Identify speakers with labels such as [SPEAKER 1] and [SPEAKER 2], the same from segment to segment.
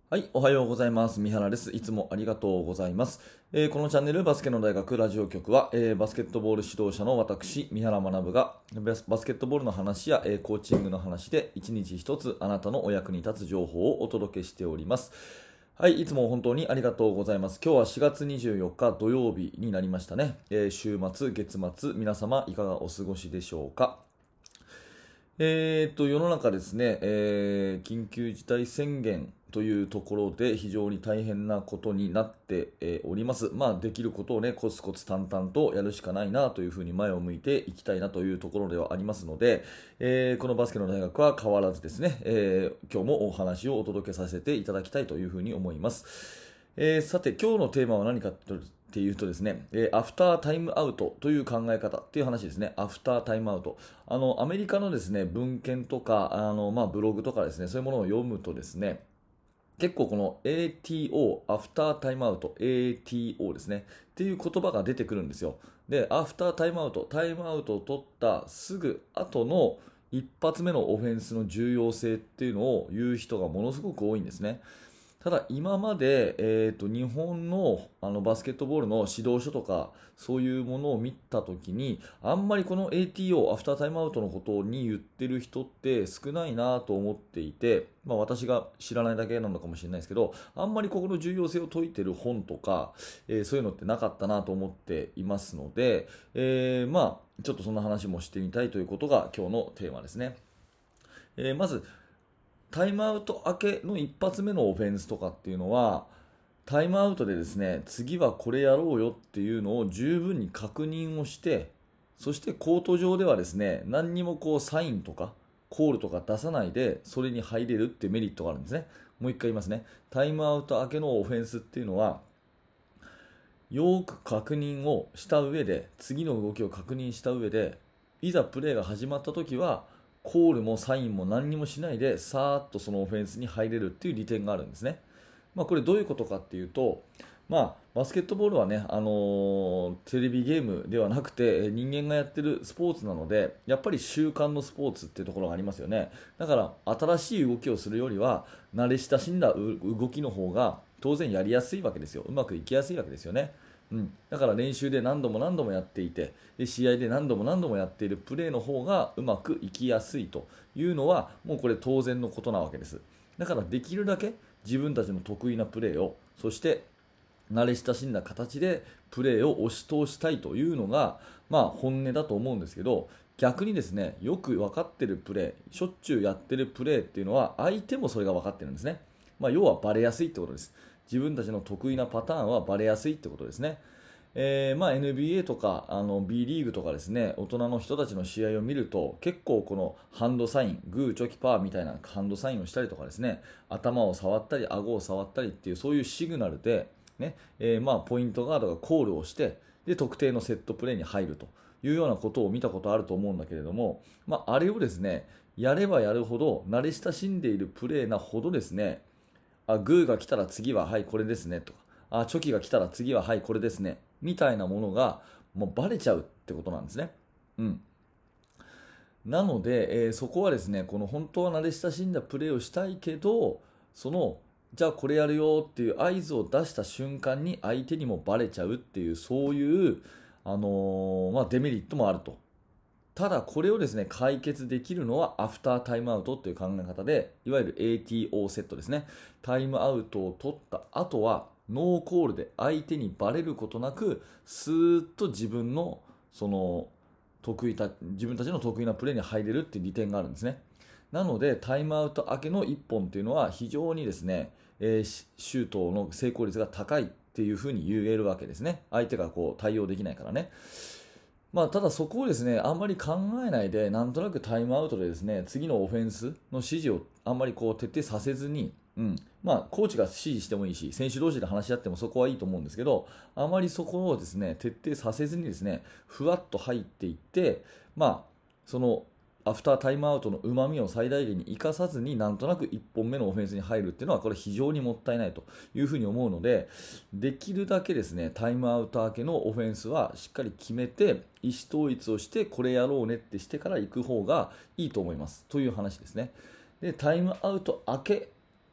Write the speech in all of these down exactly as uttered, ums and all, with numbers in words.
[SPEAKER 1] はい、おはようございます。三原です。いつもありがとうございます。えーこのチャンネルバスケの大学ラジオ局は、えーバスケットボール指導者の私、三原学がバスバスケットボールの話や、えーコーチングの話で一日一つあなたのお役に立つ情報をお届けしております。はい、いつも本当にありがとうございます。今日はしがつにじゅうよっか土曜日になりましたね。えー週末、月末、皆様いかがお過ごしでしょうか。えーと、世の中ですね、えー緊急事態宣言というところで非常に大変なことになって、えーおります。まあ、できることをね、コツコツ淡々とやるしかないなというふうに前を向いていきたいなというところではありますので、えーこのバスケの大学は変わらずですね、えー今日もお話をお届けさせていただきたいというふうに思います。えーさて、今日のテーマは何かとっていうとですね、えーアフタータイムアウトという考え方っていう話ですね。アフタータイムアウト。あの、アメリカのですね、文献とか、あの、まあ、ブログとかですね、そういうものを読むとですね、結構この エーティーオー、アフタータイムアウト、エーティーオー ですね、っていう言葉が出てくるんですよ。で、アフタータイムアウト、タイムアウトを取ったすぐ後の一発目のオフェンスの重要性っていうのを言う人がものすごく多いんですね。ただ今まで、えーと、日本の、あのバスケットボールの指導書とかそういうものを見たときにあんまりこの エーティーオー、アフタータイムアウトのことに言ってる人って少ないなと思っていて、まあ、私が知らないだけなのかもしれないですけど、あんまりここの重要性を説いてる本とか、えーそういうのってなかったなと思っていますので、えーまあちょっとそんな話もしてみたいということが今日のテーマですね。えーまずタイムアウト明けの一発目のオフェンスとかっていうのは、タイムアウトでですね、次はこれやろうよっていうのを十分に確認をして、そしてコート上ではですね、何にもこうサインとかコールとか出さないで、それに入れるっていうメリットがあるんですね。もう一回言いますね。タイムアウト明けのオフェンスっていうのは、よく確認をした上で、次の動きを確認した上で、いざプレーが始まった時は、コールもサインも何にもしないで、さーっとそのオフェンスに入れるっていう利点があるんですね。まあ、これどういうことかっていうと、まあ、バスケットボールはね、あのーテレビゲームではなくて人間がやってるスポーツなので、やっぱり習慣のスポーツっていうところがありますよね。だから新しい動きをするよりは慣れ親しんだ動きの方が当然やりやすいわけですよ。うまくいきやすいわけですよね。うん、だから練習で何度も何度もやっていて、で試合で何度も何度もやっているプレーの方がうまくいきやすいというのはもうこれ当然のことなわけです。だからできるだけ自分たちの得意なプレーを、そして慣れ親しんだ形でプレーを押し通したいというのが、まあ、本音だと思うんですけど、逆にですね、よく分かっているプレー、しょっちゅうやってるプレーっていうのは相手もそれが分かってるんですね。まあ、要はバレやすいってことです。自分たちの得意なパターンはバレやすいってことですね。えーまあ、エヌビーエー とかあの B リーグとかですね、大人の人たちの試合を見ると結構このハンドサイン、グー、チョキ、パーみたいなハンドサインをしたりとかですね、頭を触ったり顎を触ったりっていうそういうシグナルで、ねえーまあ、ポイントガードがコールをしてで特定のセットプレーに入るというようなことを見たことあると思うんだけれども、まあ、あれをですねやればやるほど慣れ親しんでいるプレーなほどですね、あ、グーが来たら次ははいこれですねとか、あ、チョキが来たら次ははいこれですねみたいなものがもうバレちゃうってことなんですね。うん。なので、えーそこはですね、この本当は慣れ親しんだプレーをしたいけど、その、じゃあこれやるよっていう合図を出した瞬間に相手にもバレちゃうっていう、そういう、あのーまあ、デメリットもあると。ただこれをですね解決できるのはアフタータイムアウトという考え方で、いわゆる エーティーオー セットですね。タイムアウトを取った後はノーコールで相手にバレることなくスーッと自分のその得意た自分たちの得意なプレーに入れるっていう利点があるんですね。なのでタイムアウト明けのいっぽんというのは非常にですね、えーシシュートの成功率が高いっていうふうに言えるわけですね。相手がこう対応できないからね。まあ、ただそこをですね、あんまり考えないで、なんとなくタイムアウトでですね、次のオフェンスの指示をあんまりこう徹底させずに、うん、まあ、コーチが指示してもいいし、選手同士で話し合ってもそこはいいと思うんですけど、あまりそこをですね、徹底させずにですね、ふわっと入っていって、まあ、そのアフタータイムアウトの旨味を最大限に生かさずになんとなくいっぽんめのオフェンスに入るっていうのはこれ非常にもったいないというふうに思うので、できるだけですねタイムアウト明けのオフェンスはしっかり決めて意思統一をしてこれやろうねってしてから行く方がいいと思いますという話ですね。でタイムアウト明け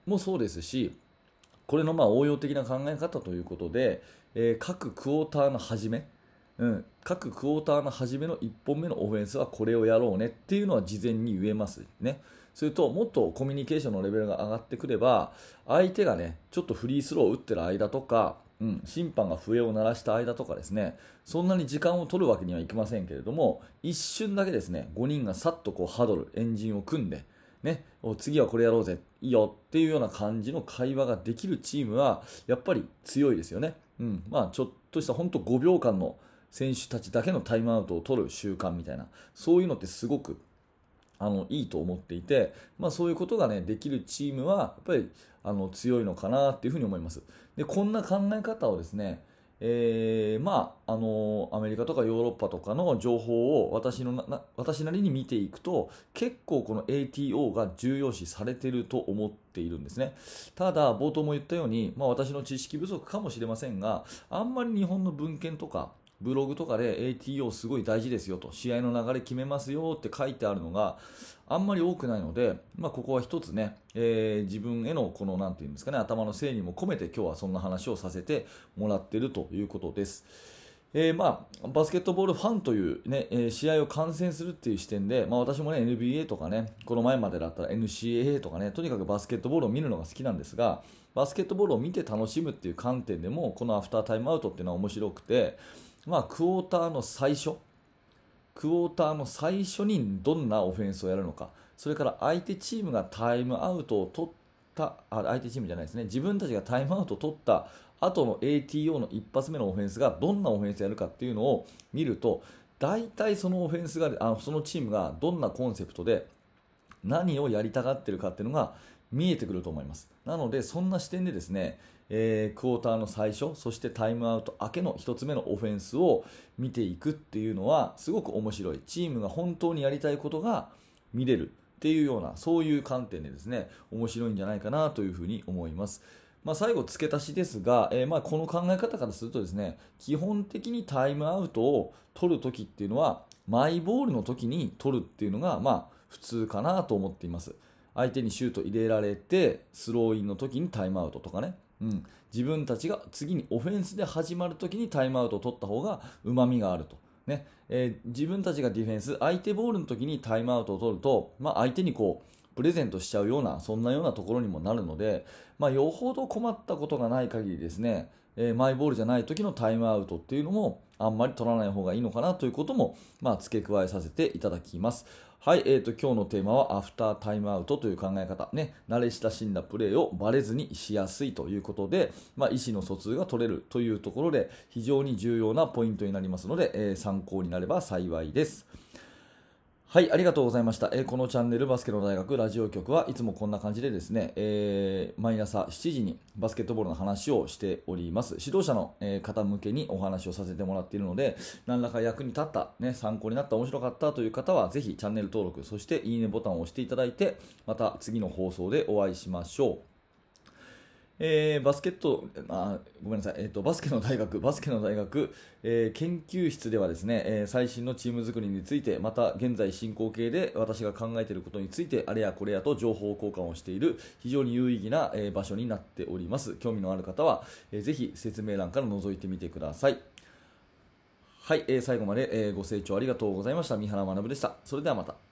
[SPEAKER 1] もそうですし、これのまあ応用的な考え方ということで、えー各クォーターの始め、うん、各クォーターの初めのいっぽんめのオフェンスはこれをやろうねっていうのは事前に言えますね。それともっとコミュニケーションのレベルが上がってくれば、相手がねちょっとフリースローを打ってる間とか、うん、審判が笛を鳴らした間とかですね、そんなに時間を取るわけにはいきませんけれども、一瞬だけですねごにんがさっとこうハドルエンジンを組んで、ね、お次はこれやろうぜいいよっていうような感じの会話ができるチームはやっぱり強いですよね。うん、まあちょっとした本当ごびょうかんの選手たちだけのタイムアウトを取る習慣みたいな、そういうのってすごくあのいいと思っていて、まあ、そういうことが、ね、できるチームはやっぱりあの強いのかなっていうふうに思います。でこんな考え方をですね、えーまあ、あのアメリカとかヨーロッパとかの情報を私のなな私なりに見ていくと、結構この エーティーオー が重要視されていると思っているんですね。ただ冒頭も言ったように、まあ、私の知識不足かもしれませんが、あんまり日本の文献とかブログとかで エーティーオー すごい大事ですよと、試合の流れ決めますよって書いてあるのがあんまり多くないので、まあ、ここは一つね、えー自分へのこのなんていうんですかね、頭の整理も込めて今日はそんな話をさせてもらっているということです。えーまあ、バスケットボールファンという、ねえー試合を観戦するっていう視点で、まあ、私も、ね、エヌビーエー とかね、この前までだったら エヌシーエーエー とかね、とにかくバスケットボールを見るのが好きなんですが、バスケットボールを見て楽しむっていう観点でもこのアフタータイムアウトっていうのは面白くて、まあ、クォーターの最初クォーターの最初にどんなオフェンスをやるのか、それから相手チームがタイムアウトを取ったあ相手チームじゃないですね、自分たちがタイムアウトを取った後の エーティーオー の一発目のオフェンスがどんなオフェンスをやるかっていうのを見ると、大体そのオフェンスがあのそのチームがどんなコンセプトで何をやりたがっているかっていうのが見えてくると思います。なのでそんな視点でですね、えークォーターの最初、そしてタイムアウト明けのひとつめのオフェンスを見ていくっていうのはすごく面白い、チームが本当にやりたいことが見れるっていうような、そういう観点でですね面白いんじゃないかなというふうに思います。まあ、最後付け足しですが、えーまあこの考え方からするとですね、基本的にタイムアウトを取るときっていうのはマイボールの時に取るっていうのがまあ普通かなと思っています。相手にシュート入れられてスローインの時にタイムアウトとかね、うん、自分たちが次にオフェンスで始まる時にタイムアウトを取った方がうまみがあると、ねえー自分たちがディフェンス相手ボールの時にタイムアウトを取ると、まあ、相手にこうプレゼントしちゃうような、そんなようなところにもなるので、まあ、よほど困ったことがない限りですね、えーマイボールじゃない時のタイムアウトっていうのもあんまり取らない方がいいのかなということも、まあ、付け加えさせていただきます。はい、えーと、今日のテーマはアフタータイムアウトという考え方、ね、慣れ親しんだプレーをバレずにしやすいということで、まあ、意思の疎通が取れるというところで非常に重要なポイントになりますので、えー参考になれば幸いです。はい、ありがとうございました。えーこのチャンネルバスケの大学ラジオ局はいつもこんな感じでですね、えー毎朝しちじにバスケットボールの話をしております。指導者の、えー方向けにお話をさせてもらっているので、何らか役に立った、ね、参考になった、面白かったという方はぜひチャンネル登録、そしていいねボタンを押していただいて、また次の放送でお会いしましょう。えーバスケットあごめんなさい、えーと、バスケの大学、バスケの大学、えー研究室ではですね、えー最新のチーム作りについて、また現在進行形で私が考えていることについて、あれやこれやと情報交換をしている非常に有意義な、えー場所になっております。興味のある方は、えーぜひ説明欄から覗いてみてください。はい、えー最後まで、えーご清聴ありがとうございました。三原学でした。それではまた。